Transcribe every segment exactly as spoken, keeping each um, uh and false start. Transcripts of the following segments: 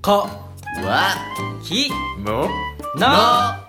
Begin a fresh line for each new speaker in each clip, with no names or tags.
かわきもな。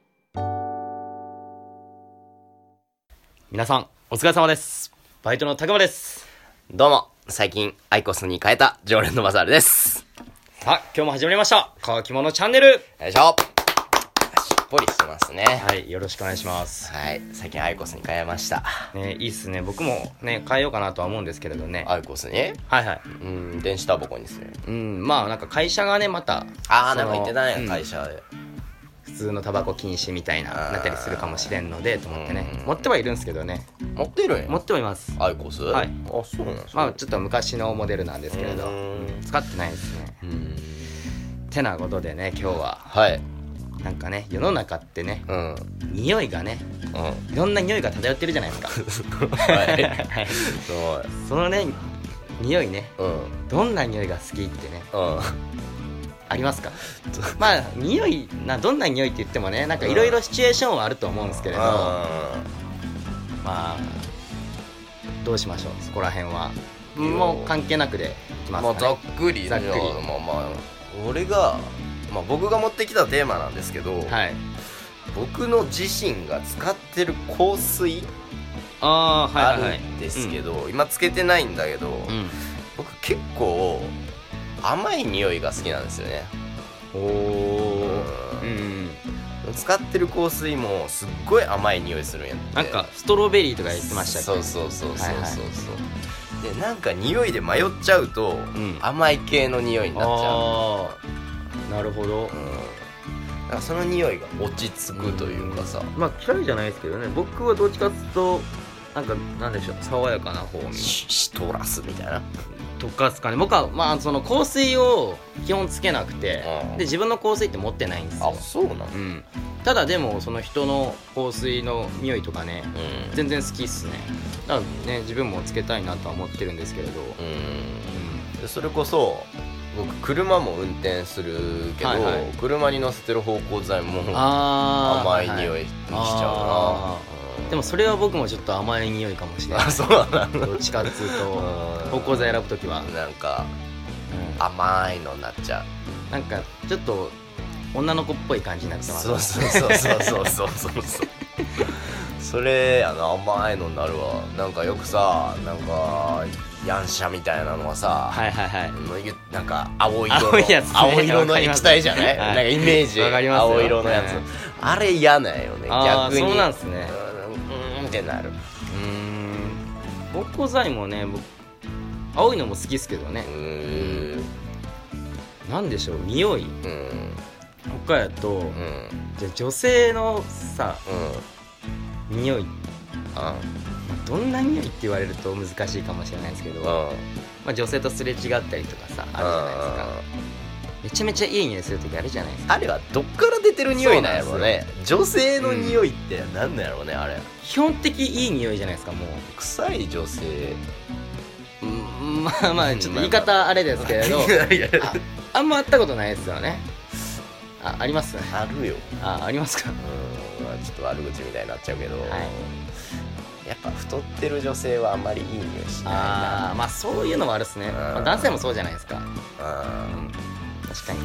皆さんお疲れ様です。バイトの高間です。
どうも、最近アイコスに変えた常連のバザールです。
さあ今日も始まりました乾き物チャンネル。
よいしょ。しっぽりしてますね。
はい、よろしくお願いします。
はい、最近アイコスに変えました
ね。いいっすね。僕もね変えようかなとは思うんですけれどね。
アイコスに
はいはい。
うん、電子タバコにですね。
うん、まあなんか会社がねまた
あーなんか言ってたね、
うん、
会社で
普通のタバコ禁止みたいななったりするかもしれんのでと思ってね、
うん
持ってはいるんですけどね。
持ってるんや。
持ってはいます。
アイコス。
はい。
あ、そうなんです
まあちょっと昔のモデルなんですけれど、
うん、
使ってないですね。
うん、
てなことでね今日は
はい。
なんかね世の中ってね
うん、
匂いがね
うん、
いろんな匂いが漂ってるじゃないですか。
はい
はい
すごい。
そのね匂いね
うん、
どんな匂いが好きってね
うん、
ありますか？まあ匂いなどんな匂いって言ってもねなんかいろいろシチュエーションはあると思うんですけれど、まあどうしましょうそこら辺は。もう関係なくでいきますかね。
まあざっくり
ざっくり
じゃあまあまあ俺がまあ僕が持ってきたテーマなんですけど、
はい。
僕の自身が使ってる香水
ああ
あ
はいはいはい
るんですけど、今つけてないんだけど、
うん
僕結構甘い匂いが好きなんですよね。
おお
う
うんん
使ってる香水もすっごい甘い匂いするんやって。
なんかストロベリーとか言ってましたっけ？
そうそうそうそうそうそう、
はいはい
でなんか匂いで迷っちゃうと、
ん
甘い系の匂いになっちゃう。
ああなるほど。
うん、なんかその匂いが落ち着くというかさ、
まあ嫌いじゃないですけどね。僕はどっちかっていうとなんかなんでしょう爽やかな方に
シシトラスみたいな。
とかですかね。僕はまあその香水を基本つけなくて、
うん
で自分の香水って持ってないんですよ。
あ、そうなの。
うん。ただでもその人の香水の匂いとかね、
うん、
全然好きっすね。だからね自分もつけたいなとは思ってるんですけれど、
うん、でそれこそ僕車も運転するけど、
はいはい
車に乗せてる芳香剤も
あ
甘い匂いにしちゃうな。
でもそれは僕もちょっと甘い匂いかもしれない。
あ、そうなんだ。
どっちかっつうと芳香剤選ぶときは、
なんか
うん
甘いのになっちゃう。
なんかちょっと女の子っぽい感じになってます。
そうそうそうそうそうそうそうそうそれやな、甘いのになるわ。なんかよくさ、なんかヤンシャみたいなのはさ、
はいはいはい。
なんか青色の
青いやつね
青色の液体じゃない、
はい
なんかイメージ
わかりますよ
青色のやつ、
はい
あれ嫌なんよね。
あー
逆に
そうなんすね。
うーんってなる。
うーん芳香剤もね僕青いのも好きっすけどね
う。ーん
なんでしょう匂い
うん
他やと、
うん
じゃあ女性のさ
うん
匂い
あ
どんな匂いって言われると難しいかもしれないですけど、まあ、女性とすれ違ったりとかさあるじゃないですか。めちゃめちゃいい匂いする時あるじゃないですか。
あれはどっから出てる匂いなんやろう
そうなん
ね。女性の匂いってなんなんやろうね、あれ。
基本的いい匂いじゃないですかもう。
臭い女性。
うんまあまあちょっと言い方あれですけれど
いやいや
ああんま会ったことないですよね。ああります
あるよ。
あありますか。
うん、まあちょっと悪口みたいになっちゃうけど、
はい
やっぱ太ってる女性はあんまりいい匂いしないな。
ああまあそういうのもあるっすね。
うん
まあ、男性もそうじゃないですか。
あ
うん確かにね。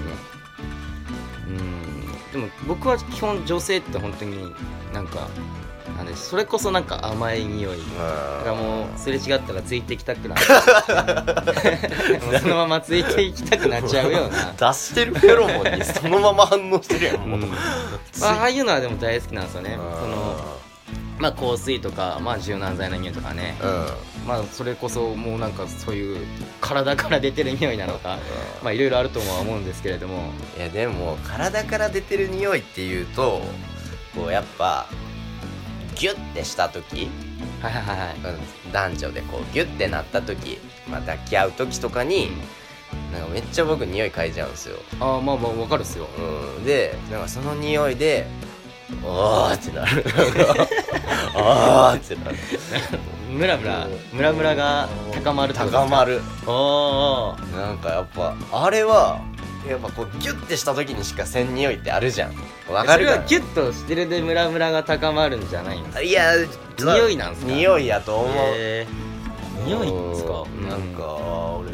うんでも僕は基本女性って本当になんかなんでそれこそなんか甘い匂い
ー
がもうすれ違ったらついていきたくなるもうそのままついていきたくなっちゃうような
出してるフェロモンにそのまま反応してるやんもう、
うんまあ、ああいうのはでも大好きなんですよね。
うん
そのまあ香水とか、まあ、柔軟剤の匂いとかね、
うん
まあそれこそもうなんかそういう体から出てる匂いなのかまあいろいろあるとは思うんですけれども、
いやでも体から出てる匂いっていうとこうやっぱギュッてした時、
はいはいはいはい、
うん男女でこうギュッてなった時、まあ、抱き合う時とかに、なんかめっちゃ僕匂い嗅いじゃうんですよ。
ああまあまあわかるっすよ。
うん、でなんかその匂いでおーってなるあーってなる
ムラムラムラムラが高まるってことですか。
高まる。
おー
なんかやっぱあれはやっぱこうギュッてした時にしかせん匂いってあるじゃん。わかるかな。
それはギュッとしてるでムラムラが高まるんじゃないんですか。
いや
匂いなんすか。
匂いやと思う。
へー匂いっすか。
うんなんか俺耳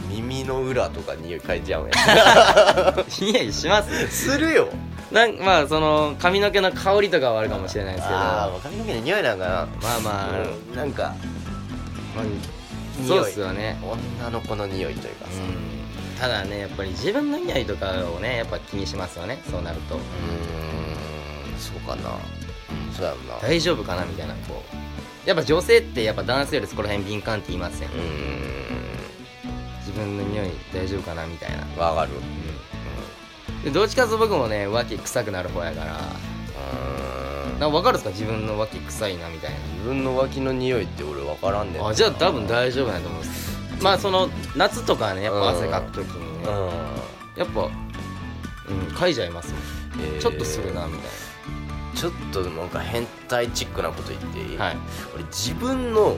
耳の裏とか匂い嗅いじゃうんや
匂いします
するよ。
なんまあその髪の毛の香りとかはあるかもしれないですけど、
ああ髪の毛の匂いなんかな。
まあまあ、
うん、なんか、
まあ、
匂い
そうっすよね。
女の子の匂いというかさ、
うん、ただねやっぱり自分の匂いとかをねやっぱ気にしますよね、そうなると。
うーんそうかな、うん、そうやろな。
大丈夫かなみたいな、こうやっぱ女性ってやっぱ男性よりそこら辺敏感って言いますよ、
うーん
自分の匂い大丈夫かなみたいな。
わかる。
うん、でどっちかというと僕もね脇臭くなる方やから、
うーん
なんか分かるんですか自分の脇臭いなみたいな。
自分の脇の匂いって俺分からんねんな。
あじゃあ多分大丈夫だと思うんです。まあその夏とかねやっぱ汗かくときにね、
う
やっぱ、うん、嗅いじゃいますもん、
ん、えー
ちょっとするなみたい
ちょっとなんか変態チックなこと言っていい、
な。はい
俺自分の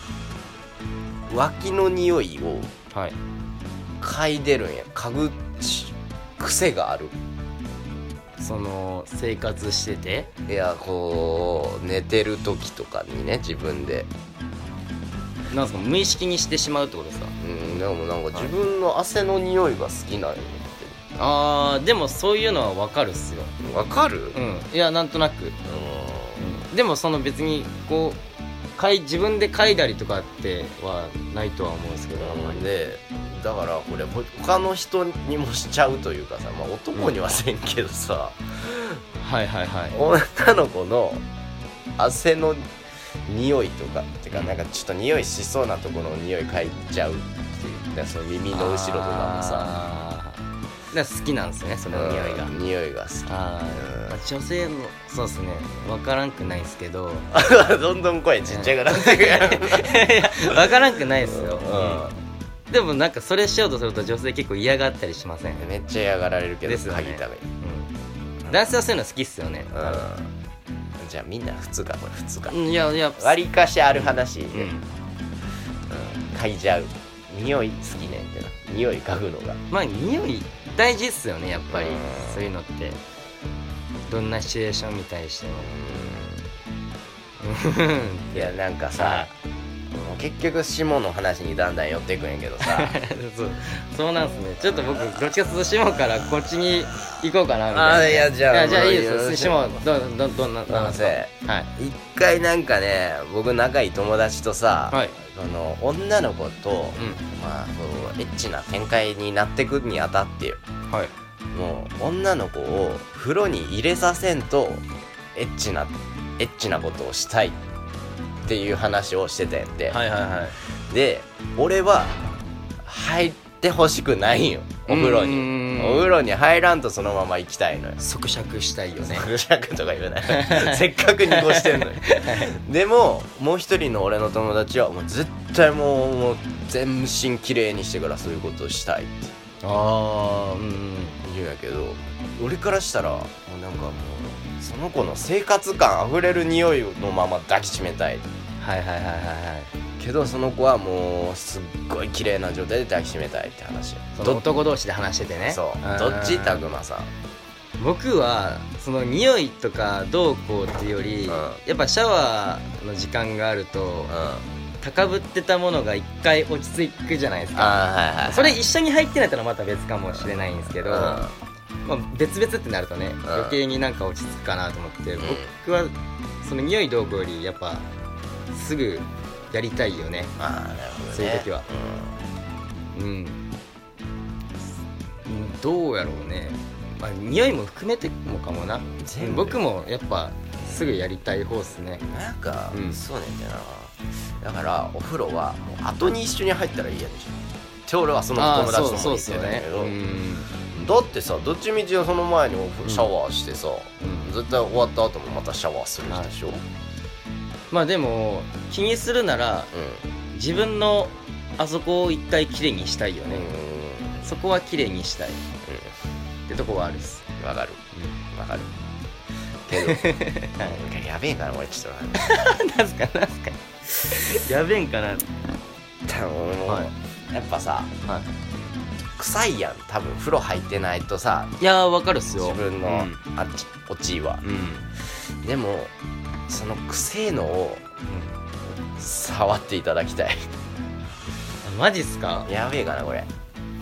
脇の匂いを
はい。
嗅いでるんや。嗅ぐし癖がある。
その生活してて、
いやこう寝てる時とかにね自分で、
なんですか無意識にしてしまうってことですか。
うんでもなんか自分の汗の匂いが好きなんよ。
あーでもそういうのは分かるっすよ。
わかる？
うんいやなんとなく、
う
うん、でもその別にこうかい自分で嗅いだりとかってはないとは思うんですけど、あんまり
んでだからこれ他の人にもしちゃうというかさ、まあ、男にはせんけどさ、
はいはいはい
女の子の汗の匂いとかってかなんかちょっと匂いしそうなところの匂い嗅いちゃうっていうね、その耳の後ろとかもさ
あーだから好きなんですよねその匂いが、
うん匂いが好き。
あー、まあ女性のそうですね分からんくないですけど
どんどん声ちっちゃくなってくる
いや分からんくないですよ、
うん
でもなんかそれしようとすると女性結構嫌がったりしません、
めっちゃ嫌がられるけど
ですよね
嗅ぎたがいい、
うん、男性はそういうの好きっすよね、
うん、じゃあみんな普通かこれ普通か、
うん、いやいや
割りかしある話で、
う
うんん嗅いじゃう匂い好きねんってな匂い嗅ぐのが
まあ匂い大事っすよねやっぱり、
うん
そういうのってどんなシチュエーションに対しても
いやなんかさもう結局下の話にだんだん寄っていくんやけどさ
そうそうなんすね。ちょっと僕どっちかというと下からこっちに行こうかなみたいな。
あいやじゃあ
いやじゃあいいで
もう
すよ。下どどどんな
なん
なんすか。
せ
はい
一回なんかね僕仲いい友達とさ、
はい
その女の子と、
うん
まあこうエッチな展開になってくにあたってよ
はい
もう女の子を風呂に入れさせんとエッチなエッチなことをしたいっていう話をしてたんやって、
はいはいはい
で俺は入ってほしくないんよお風呂
うー
に
ん
お風呂に入らんとそのまま行きたいのよ
縮尺したいよね。
咀嚼とか言うなせっかく濁してんのよでももう一人の俺の友達はもう絶対もうもう全身きれいにしてからそういうことをしたいって
ああうん
言うんやけど俺からしたらもうなんかもうその子の生活感あふれる匂いのまま抱きしめたい
はいはいはいはいはい。
けどその子はもうすっごい綺麗な状態で抱きしめたいって話
その男同士で話しててね。
そう
うん
どっちたくまさん
僕はその匂いとかどうこうっていうより、
うん
やっぱシャワーの時間があると、
うん
高ぶってたものが一回落ち着くじゃないですか。
あーはいはい
それ一緒に入ってないったらまた別かもしれないんですけど、
うん
まあ、別々ってなるとね、
ん
余計になんか落ち着くかなと思って、
ん
僕はその匂いどうこうよりやっぱすぐやりたいよね。
あーなるほどね
そういう時はうん、うんどうやろうね、まあ、匂いも含めてもかもな。
全部
僕もやっぱすぐやりたい方っすね。
うんなんか、
うん
そうねんだよなだからお風呂はもう後に一緒に入ったらいいやでしょって俺はその友達とも言ってたんだけど、
うん
だってさどっちみちその前にお風呂シャワーしてさ、
うん
絶対終わった後もまたシャワーするでしょ、
まあでも気にするなら自分のあそこを一回きれいにしたいよ
うん
ね、
うん
そこはきれいにしたいってとこはあるっす、
わかるわかるけど、はい、やべえから俺ちょっと
なんすかなんすかやべえんかな。はい
多分もう、
はい
やっぱさ
は
臭いやん多分風呂入ってないとさ
い、いやーわかるっすよ
自分の、
うん
あっちおちは
うん
でもその臭いのを触っていただきたい
マジっすか。
やべえかなこれ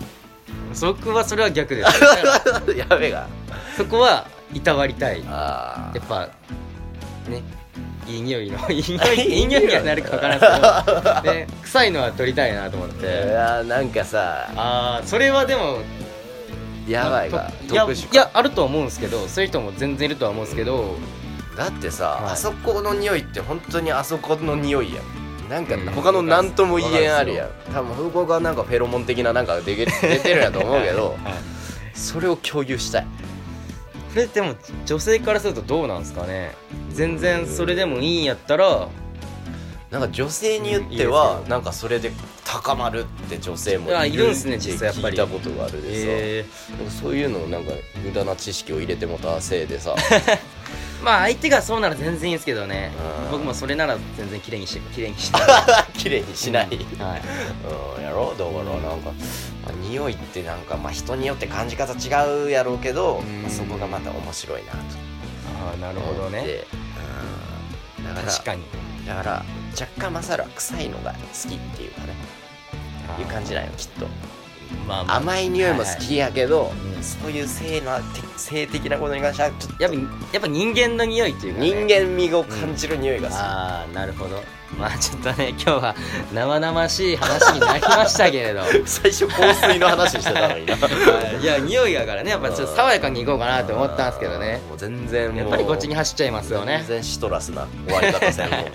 僕はそれは逆ですだから
やべえが
そこはいたわりたい。
あ
やっぱねいい匂いのいい匂いいい匂いにはなるか分からんけど、ね、臭いのは取りたいなと思っ
い
て。
やなんかさ
ああそれはでも
やばいが
いや
特殊か
いやあると思うんですけど、そういう人も全然いるとは思うんですけど、
だってさ、
はい
あそこの匂いって本当にあそこの匂いやん。なんか
うん
他の何とも言えんあるやん。多分そこがなんかフェロモン的ななんか出て出てるやと思うけど
はい
それを共有したい。
これでも女性からするとどうなんですかね。全然それでもいいんやったら
なんか女性によってはなんかそれで高まるって女性も
いやい
いる
るんすね実際やっぱり
聞いたことがあるでさ、
え
なんかそういうのをなんか無駄な知識を入れてもたせいでさ
ー、まあ相手がそうなら全然いいんですけどね。
うん
僕もそれなら全然綺麗にして綺麗にして
綺麗にしない、
うんはい
うん、やろだからなんか、まあ、匂いってなんか、まあ、人によって感じ方違うやろうけど、
うん
まあ、そこがまた面白いなと
ああなるほどね。
で、うん、だから
確かに
だから若干マサルは臭いのが好きっていうかねいう感じなんよきっと。
まあまあ
甘い匂いも好きやけど、
はいはいうん
そういう性な性的なことに関してはちょっと
やっぱやっぱ人間の匂いっていうか、ね、
人間味を感じる匂いが好き、
ああなるほど。まあちょっとね今日は生々しい話になりましたけれど
最初香水の話してたのにな
いや匂いやからねやっぱちょっと爽やかにいこうかなと思ったんですけどね。
もう全然もう
やっぱりこっちに走っちゃいますよね
全。然シトラスな終わり方せんもんな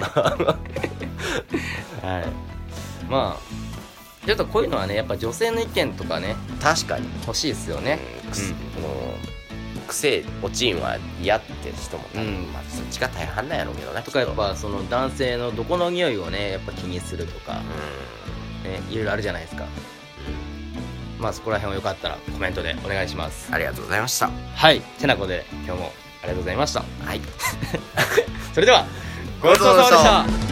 はいまあちょっとこういうのはねやっぱ女性の意見とかね
確かに、
欲しいですよね。
うんくすもう癖おちんは嫌って人も多分、
うん
まあ、そっちが大半なんやろうけどな
とかやっ
き
ぱその男性のどこの匂いをねやっぱ気にするとか、
と
ね、いろいろあるじゃないですか。
うん、うん、
まあそこら辺をよかったらコメントでお願いします。
ありがとうございました。
はいてなことで今日もありがとうございました。
はい
それではごちそうさまでした。